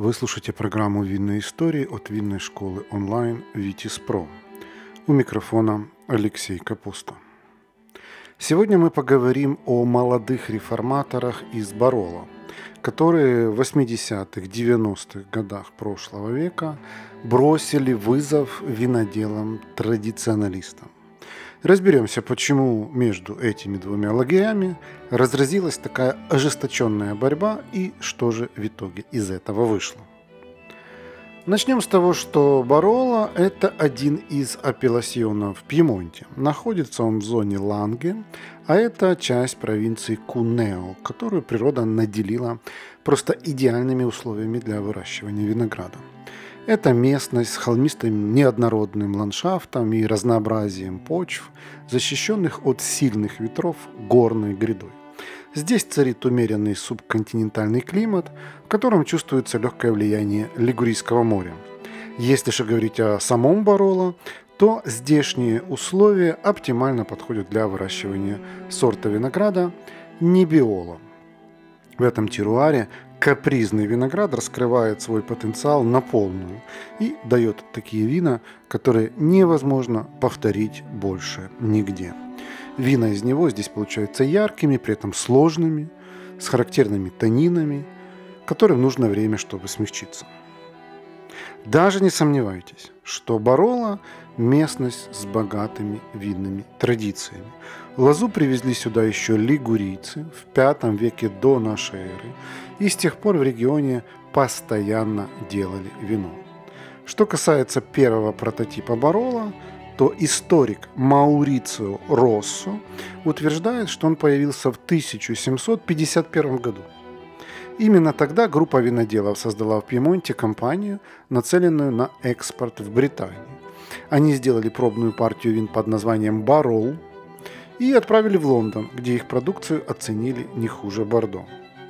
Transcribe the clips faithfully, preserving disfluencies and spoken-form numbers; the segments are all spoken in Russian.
Вы слушаете программу «Винные истории» от винной школы онлайн «Витис Про». У микрофона Алексей Капуста. Сегодня мы поговорим о молодых реформаторах из Бароло, которые в восьмидесятых-девяностых годах прошлого века бросили вызов виноделам-традиционалистам. Разберемся, почему между этими двумя лагерями разразилась такая ожесточенная борьба и что же в итоге из этого вышло. Начнем с того, что Бароло – это один из апелласьонов в Пьемонте. Находится он в зоне Ланге, а это часть провинции Кунео, которую природа наделила просто идеальными условиями для выращивания винограда. Это местность с холмистым неоднородным ландшафтом и разнообразием почв, защищенных от сильных ветров горной грядой. Здесь царит умеренный субконтинентальный климат, в котором чувствуется легкое влияние Лигурийского моря. Если же говорить о самом Бароло, то здешние условия оптимально подходят для выращивания сорта винограда Неббиоло. В этом теруаре капризный виноград раскрывает свой потенциал на полную и дает такие вина, которые невозможно повторить больше нигде. Вина из него здесь получаются яркими, при этом сложными, с характерными танинами, которым нужно время, чтобы смягчиться. Даже не сомневайтесь, что Бароло – местность с богатыми винными традициями. Лозу привезли сюда еще лигурийцы в пятом веке до нашей эры, и с тех пор в регионе постоянно делали вино. Что касается первого прототипа Бароло, то историк Маурицио Россо утверждает, что он появился в тысяча семьсот пятьдесят первом году. Именно тогда группа виноделов создала в Пьемонте компанию, нацеленную на экспорт в Британию. Они сделали пробную партию вин под названием «Барол» и отправили в Лондон, где их продукцию оценили не хуже Бордо.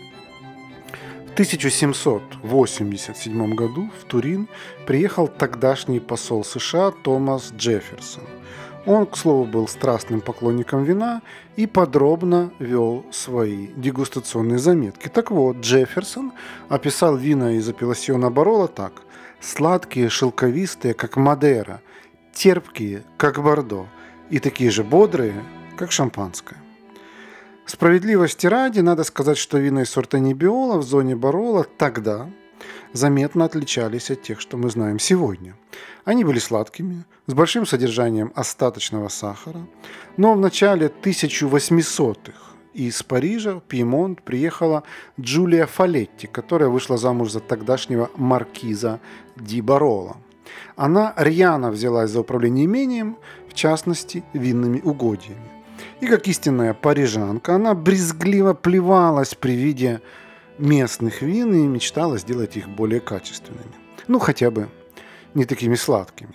В тысяча семьсот восемьдесят седьмом году в Турин приехал тогдашний посол США Томас Джефферсон. Он, к слову, был страстным поклонником вина и подробно вел свои дегустационные заметки. Так вот, Джефферсон описал вина из апелласьона Бароло так: сладкие, шелковистые, как Мадейра, терпкие, как Бордо, и такие же бодрые, как шампанское. Справедливости ради, надо сказать, что вина из сорта Неббиоло в зоне Бароло тогда заметно отличались от тех, что мы знаем сегодня. Они были сладкими, с большим содержанием остаточного сахара, но в начале тысяча восьмисотых из Парижа в Пьемонт приехала Джулия Фалетти, которая вышла замуж за тогдашнего маркиза ди Бароло. Она рьяно взялась за управление имением, в частности, винными угодьями. И как истинная парижанка, она брезгливо плевалась при виде местных вин и мечтала сделать их более качественными. Ну, хотя бы не такими сладкими.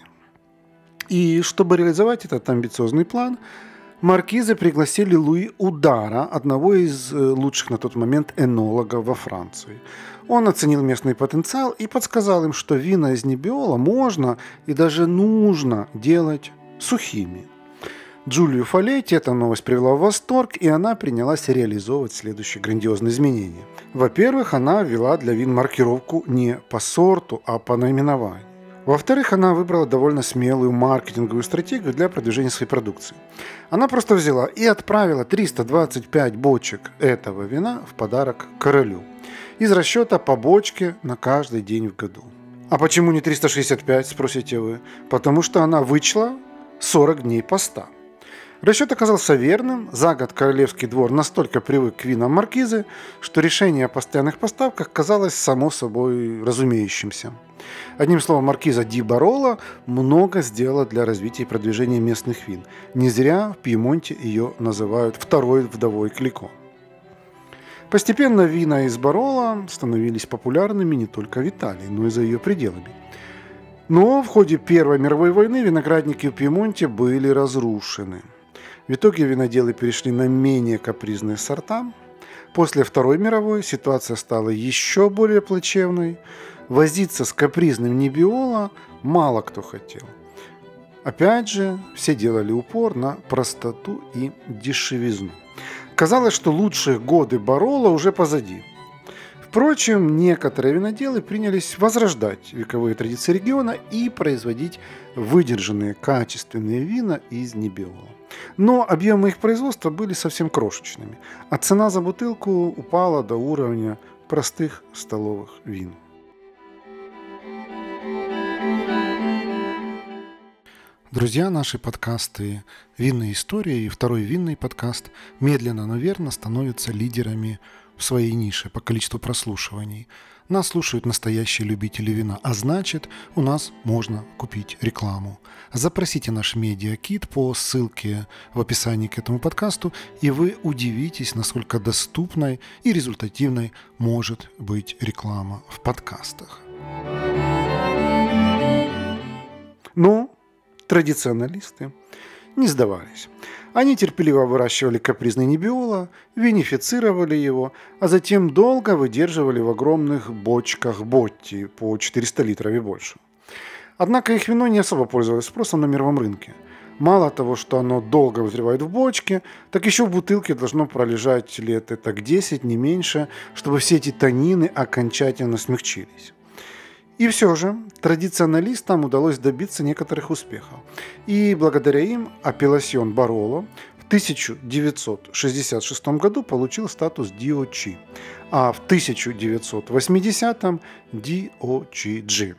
И чтобы реализовать этот амбициозный план, маркизы пригласили Луи Удара, одного из лучших на тот момент энологов во Франции. Он оценил местный потенциал и подсказал им, что вина из Неббиоло можно и даже нужно делать сухими. Джулию Фалетти эта новость привела в восторг, и она принялась реализовывать следующие грандиозные изменения. Во-первых, она ввела для вин маркировку не по сорту, а по наименованию. Во-вторых, она выбрала довольно смелую маркетинговую стратегию для продвижения своей продукции. Она просто взяла и отправила триста двадцать пять бочек этого вина в подарок королю. Из расчета по бочке на каждый день в году. А почему не триста шестьдесят пять, спросите вы? Потому что она вычла сорок дней поста. Расчет оказался верным. За год королевский двор настолько привык к винам маркизы, что решение о постоянных поставках казалось само собой разумеющимся. Одним словом, маркиза ди Бароло много сделала для развития и продвижения местных вин. Не зря в Пьемонте ее называют второй вдовой Клико. Постепенно вина из Бароло становились популярными не только в Италии, но и за ее пределами. Но в ходе Первой мировой войны виноградники в Пьемонте были разрушены. В итоге виноделы перешли на менее капризные сорта. После Второй мировой ситуация стала еще более плачевной. Возиться с капризным Неббиоло мало кто хотел. Опять же, все делали упор на простоту и дешевизну. Казалось, что лучшие годы Бароло уже позади. В Впрочем, некоторые виноделы принялись возрождать вековые традиции региона и производить выдержанные качественные вина из Неббиола. Но объемы их производства были совсем крошечными, а цена за бутылку упала до уровня простых столовых вин. Друзья, наши подкасты «Винные истории» и второй винный подкаст медленно, но верно становятся лидерами в своей нише по количеству прослушиваний. Нас слушают настоящие любители вина, а значит, у нас можно купить рекламу. Запросите наш медиакит по ссылке в описании к этому подкасту, и вы удивитесь, насколько доступной и результативной может быть реклама в подкастах. Ну, традиционалисты не сдавались. Они терпеливо выращивали капризный Неббиола, винифицировали его, а затем долго выдерживали в огромных бочках Ботти по четыреста литров и больше. Однако их вино не особо пользовалось спросом на мировом рынке. Мало того, что оно долго вызревает в бочке, так еще в бутылке должно пролежать лет так десять, не меньше, чтобы все эти танины окончательно смягчились. И все же традиционалистам удалось добиться некоторых успехов. И благодаря им апелласьон Бароло в тысяча девятьсот шестьдесят шестом году получил статус ди о чи, а в тысяча девятьсот восьмидесятом ди о чи джи.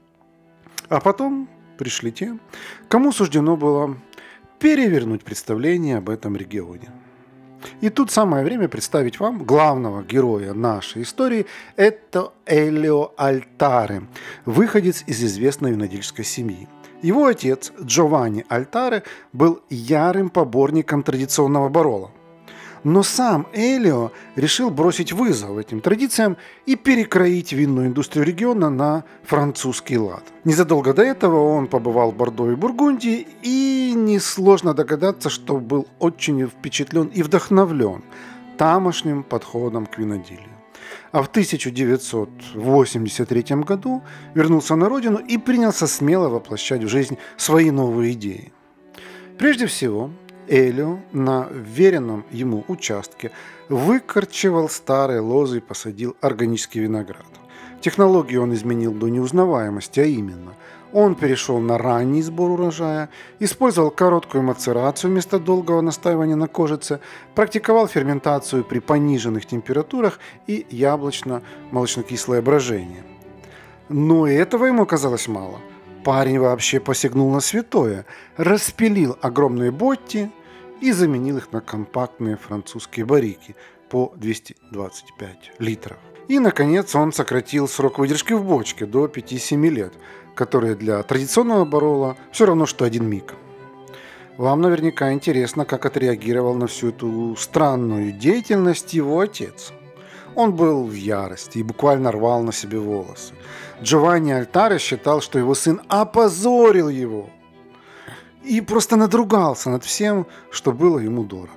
А потом пришли те, кому суждено было перевернуть представление об этом регионе. И тут самое время представить вам главного героя нашей истории. Это Элио Альтаре, выходец из известной винодельческой семьи. Его отец Джованни Альтаре был ярым поборником традиционного Бароло. Но сам Элио решил бросить вызов этим традициям и перекроить винную индустрию региона на французский лад. Незадолго до этого он побывал в Бордо и Бургундии, и несложно догадаться, что был очень впечатлен и вдохновлен тамошним подходом к виноделию. А в тысяча девятьсот восемьдесят третьем году вернулся на родину и принялся смело воплощать в жизнь свои новые идеи. Прежде всего, Элио на вверенном ему участке выкорчевал старые лозы и посадил органический виноград. Технологию он изменил до неузнаваемости, а именно он перешел на ранний сбор урожая, использовал короткую мацерацию вместо долгого настаивания на кожице, практиковал ферментацию при пониженных температурах и яблочно-молочно-кислое брожение. Но этого ему казалось мало. Парень вообще посягнул на святое, распилил огромные ботти и заменил их на компактные французские баррики по двести двадцать пять литров. И, наконец, он сократил срок выдержки в бочке до пяти-семи лет, которые для традиционного Бароло все равно, что один миг. Вам наверняка интересно, как отреагировал на всю эту странную деятельность его отец. Он был в ярости и буквально рвал на себе волосы. Джованни Альтаре считал, что его сын опозорил его и просто надругался над всем, что было ему дорого.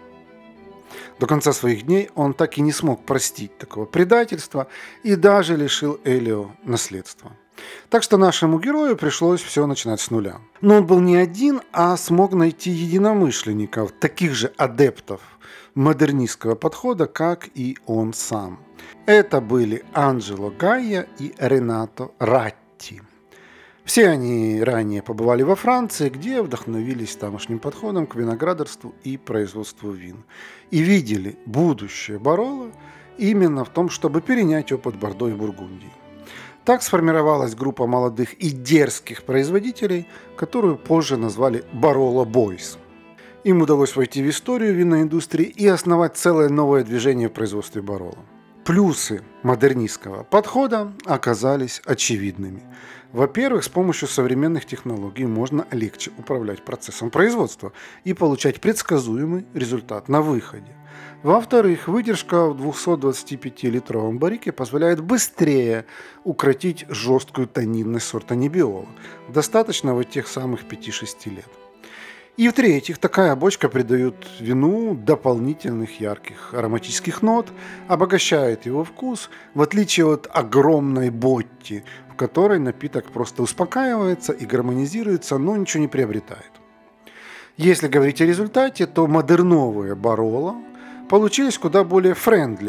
До конца своих дней он так и не смог простить такого предательства и даже лишил Элио наследства. Так что нашему герою пришлось все начинать с нуля. Но он был не один, а смог найти единомышленников, таких же адептов модернистского подхода, как и он сам. Это были Анджело Гайя и Ренато Ратти. Все они ранее побывали во Франции, где вдохновились тамошним подходом к виноградарству и производству вин. И видели будущее Бароло именно в том, чтобы перенять опыт Бордо и Бургундии. Так сформировалась группа молодых и дерзких производителей, которую позже назвали Бароло Бойс. Им удалось войти в историю винной индустрии и основать целое новое движение в производстве Бароло. Плюсы модернистского подхода оказались очевидными. Во-первых, с помощью современных технологий можно легче управлять процессом производства и получать предсказуемый результат на выходе. Во-вторых, выдержка в двухсотдвадцатипятилитровом баррике позволяет быстрее укротить жесткую тонинность сорта Неббиола. Достаточно вот тех самых пяти-шести лет. И в-третьих, такая бочка придает вину дополнительных ярких ароматических нот, обогащает его вкус, в отличие от огромной ботти, в которой напиток просто успокаивается и гармонизируется, но ничего не приобретает. Если говорить о результате, то модерновые Бароло получились куда более френдли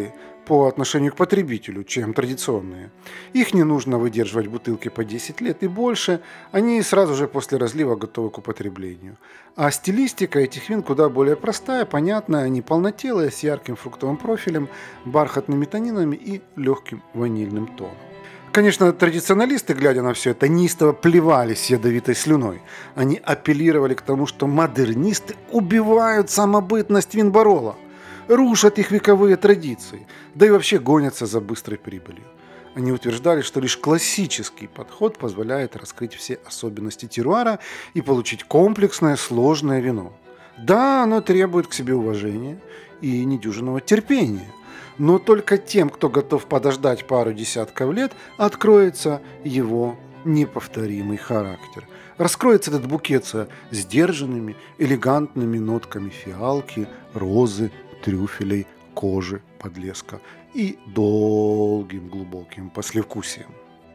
по отношению к потребителю, чем традиционные. Их не нужно выдерживать в бутылке по десять лет и больше, они сразу же после разлива готовы к употреблению. А стилистика этих вин куда более простая, понятная, они полнотелые, с ярким фруктовым профилем, бархатными тонинами и легким ванильным тоном. Конечно, традиционалисты, глядя на все это, неистово плевались ядовитой слюной. Они апеллировали к тому, что модернисты убивают самобытность вин Бароло, рушат их вековые традиции, да и вообще гонятся за быстрой прибылью. Они утверждали, что лишь классический подход позволяет раскрыть все особенности теруара и получить комплексное сложное вино. Да, оно требует к себе уважения и недюжинного терпения, но только тем, кто готов подождать пару десятков лет, откроется его неповторимый характер. Раскроется этот букет со сдержанными, элегантными нотками фиалки, розы, трюфелей, кожи, подлеска и долгим глубоким послевкусием.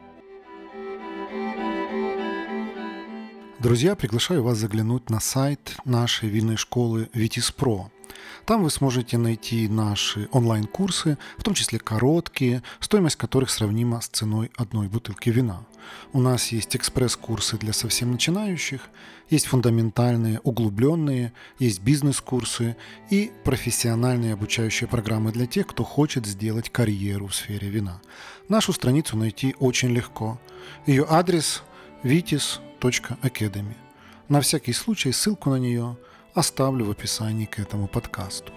Друзья, приглашаю вас заглянуть на сайт нашей винной школы Vitis Pro. Там вы сможете найти наши онлайн-курсы, в том числе короткие, стоимость которых сравнима с ценой одной бутылки вина. У нас есть экспресс-курсы для совсем начинающих, есть фундаментальные, углубленные, есть бизнес-курсы и профессиональные обучающие программы для тех, кто хочет сделать карьеру в сфере вина. Нашу страницу найти очень легко. Ее адрес vitis точка academy. На всякий случай ссылку на нее оставлю в описании к этому подкасту.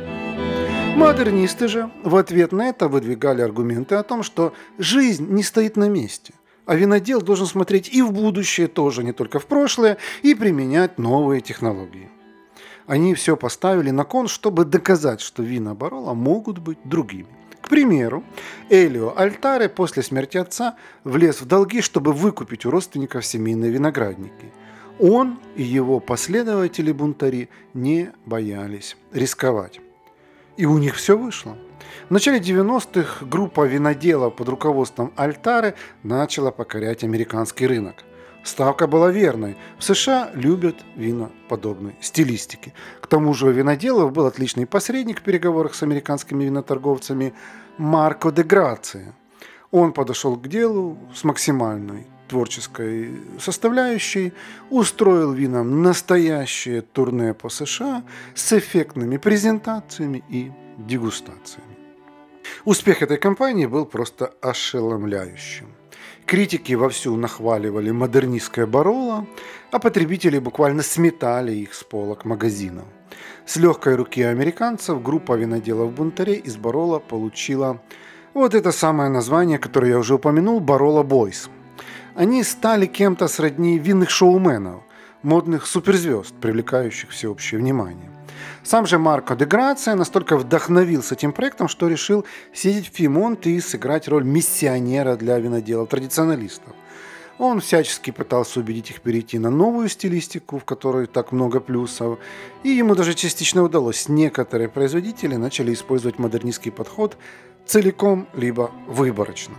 Модернисты же в ответ на это выдвигали аргументы о том, что жизнь не стоит на месте, а винодел должен смотреть и в будущее тоже, не только в прошлое, и применять новые технологии. Они все поставили на кон, чтобы доказать, что вина Бароло могут быть другими. К примеру, Элио Альтаре после смерти отца влез в долги, чтобы выкупить у родственников семейные виноградники. Он и его последователи-бунтари не боялись рисковать. И у них все вышло. В начале девяностых группа виноделов под руководством Альтаре начала покорять американский рынок. Ставка была верной. В США любят вина подобной стилистики. К тому же у виноделов был отличный посредник в переговорах с американскими виноторговцами Марко де Грация. Он подошел к делу с максимальной творческой составляющей, устроил винам настоящее турне по США с эффектными презентациями и дегустациями. Успех этой кампании был просто ошеломляющим. Критики вовсю нахваливали модернистское Бароло, а потребители буквально сметали их с полок магазинов. С легкой руки американцев группа виноделов-бунтарей из Бароло получила вот это самое название, которое я уже упомянул, Бароло Бойс. Они стали кем-то сродни винных шоуменов, модных суперзвезд, привлекающих всеобщее внимание. Сам же Марко де Грация настолько вдохновился этим проектом, что решил съездить в Пьемонт и сыграть роль миссионера для виноделов-традиционалистов. Он всячески пытался убедить их перейти на новую стилистику, в которой так много плюсов, и ему даже частично удалось. Некоторые производители начали использовать модернистский подход целиком либо выборочно.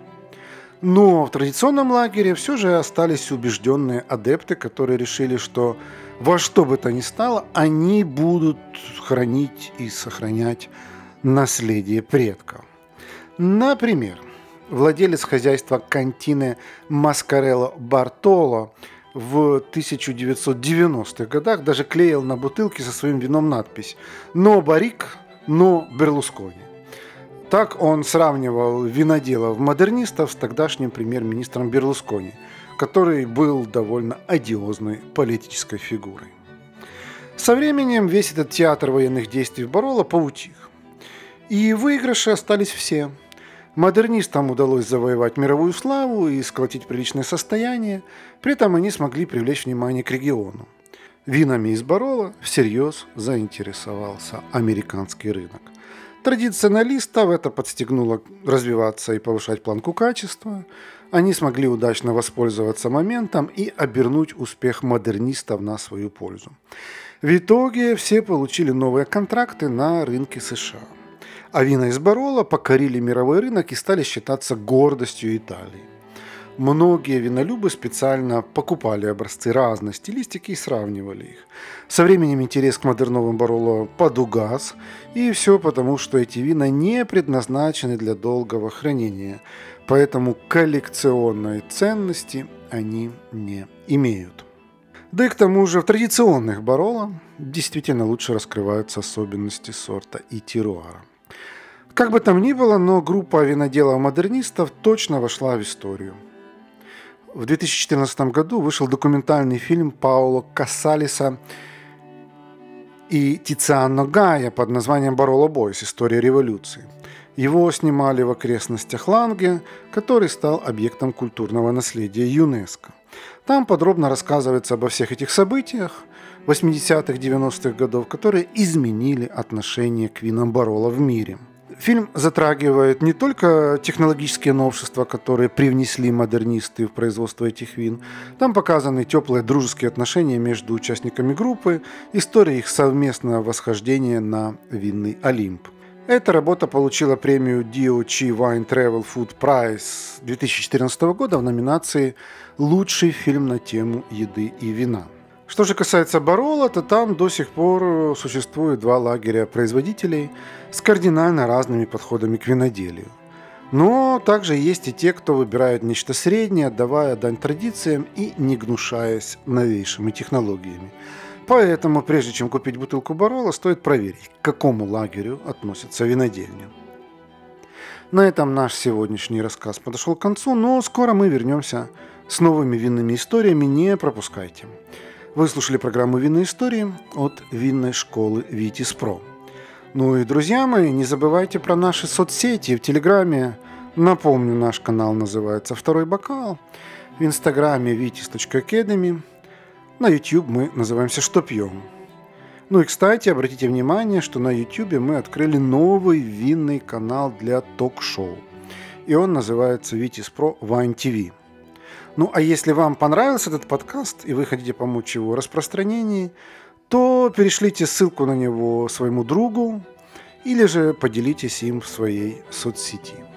Но в традиционном лагере все же остались убежденные адепты, которые решили, что во что бы то ни стало, они будут хранить и сохранять наследие предков. Например, владелец хозяйства Кантине Маскарелло Бартоло в тысяча девятьсот девяностых годах даже клеил на бутылке со своим вином надпись «Но Барик, но Берлускони». Так он сравнивал виноделов-модернистов с тогдашним премьер-министром Берлускони, который был довольно одиозной политической фигурой. Со временем весь этот театр военных действий в Бароло поутих. И выигрыши остались все. Модернистам удалось завоевать мировую славу и сколотить приличное состояние, при этом они смогли привлечь внимание к региону. Винами из Бароло всерьез заинтересовался американский рынок. Традиционалистов это подстегнуло развиваться и повышать планку качества. Они смогли удачно воспользоваться моментом и обернуть успех модернистов на свою пользу. В итоге все получили новые контракты на рынке США. А вина из Бароло покорили мировой рынок и стали считаться гордостью Италии. Многие винолюбы специально покупали образцы разной стилистики и сравнивали их. Со временем интерес к модерновым Бароло подугас, и все потому, что эти вина не предназначены для долгого хранения, поэтому коллекционной ценности они не имеют. Да и к тому же в традиционных Бароло действительно лучше раскрываются особенности сорта и теруара. Как бы там ни было, но группа виноделов-модернистов точно вошла в историю. В две тысячи четырнадцатом году вышел документальный фильм Паоло Кассалиса и Тициано Гая под названием «Бароло Бойс. История революции». Его снимали в окрестностях Ланге, который стал объектом культурного наследия ЮНЕСКО. Там подробно рассказывается обо всех этих событиях восьмидесятых-девяностых годов, которые изменили отношение к винам Бароло в мире. Фильм затрагивает не только технологические новшества, которые привнесли модернисты в производство этих вин. Там показаны теплые дружеские отношения между участниками группы, история их совместного восхождения на винный Олимп. Эта работа получила премию ди о си Wine Travel Food Prize две тысячи четырнадцатого года в номинации «Лучший фильм на тему еды и вина». Что же касается Бароло, то там до сих пор существует два лагеря производителей с кардинально разными подходами к виноделию. Но также есть и те, кто выбирает нечто среднее, отдавая дань традициям и не гнушаясь новейшими технологиями. Поэтому, прежде чем купить бутылку Бароло, стоит проверить, к какому лагерю относится винодельня. На этом наш сегодняшний рассказ подошел к концу, но скоро мы вернемся с новыми винными историями, не пропускайте. Вы слушали программу «Винные истории» от винной школы Витис Про. Ну и, друзья мои, не забывайте про наши соцсети в Телеграме. Напомню, наш канал называется «Второй бокал». В Инстаграме витис точка академи. На YouTube мы называемся «Что пьем?». Ну и, кстати, обратите внимание, что на YouTube мы открыли новый винный канал для ток-шоу. И он называется Витис Про Wine ти ви. Ну а если вам понравился этот подкаст и вы хотите помочь его распространении, то перешлите ссылку на него своему другу или же поделитесь им в своей соцсети.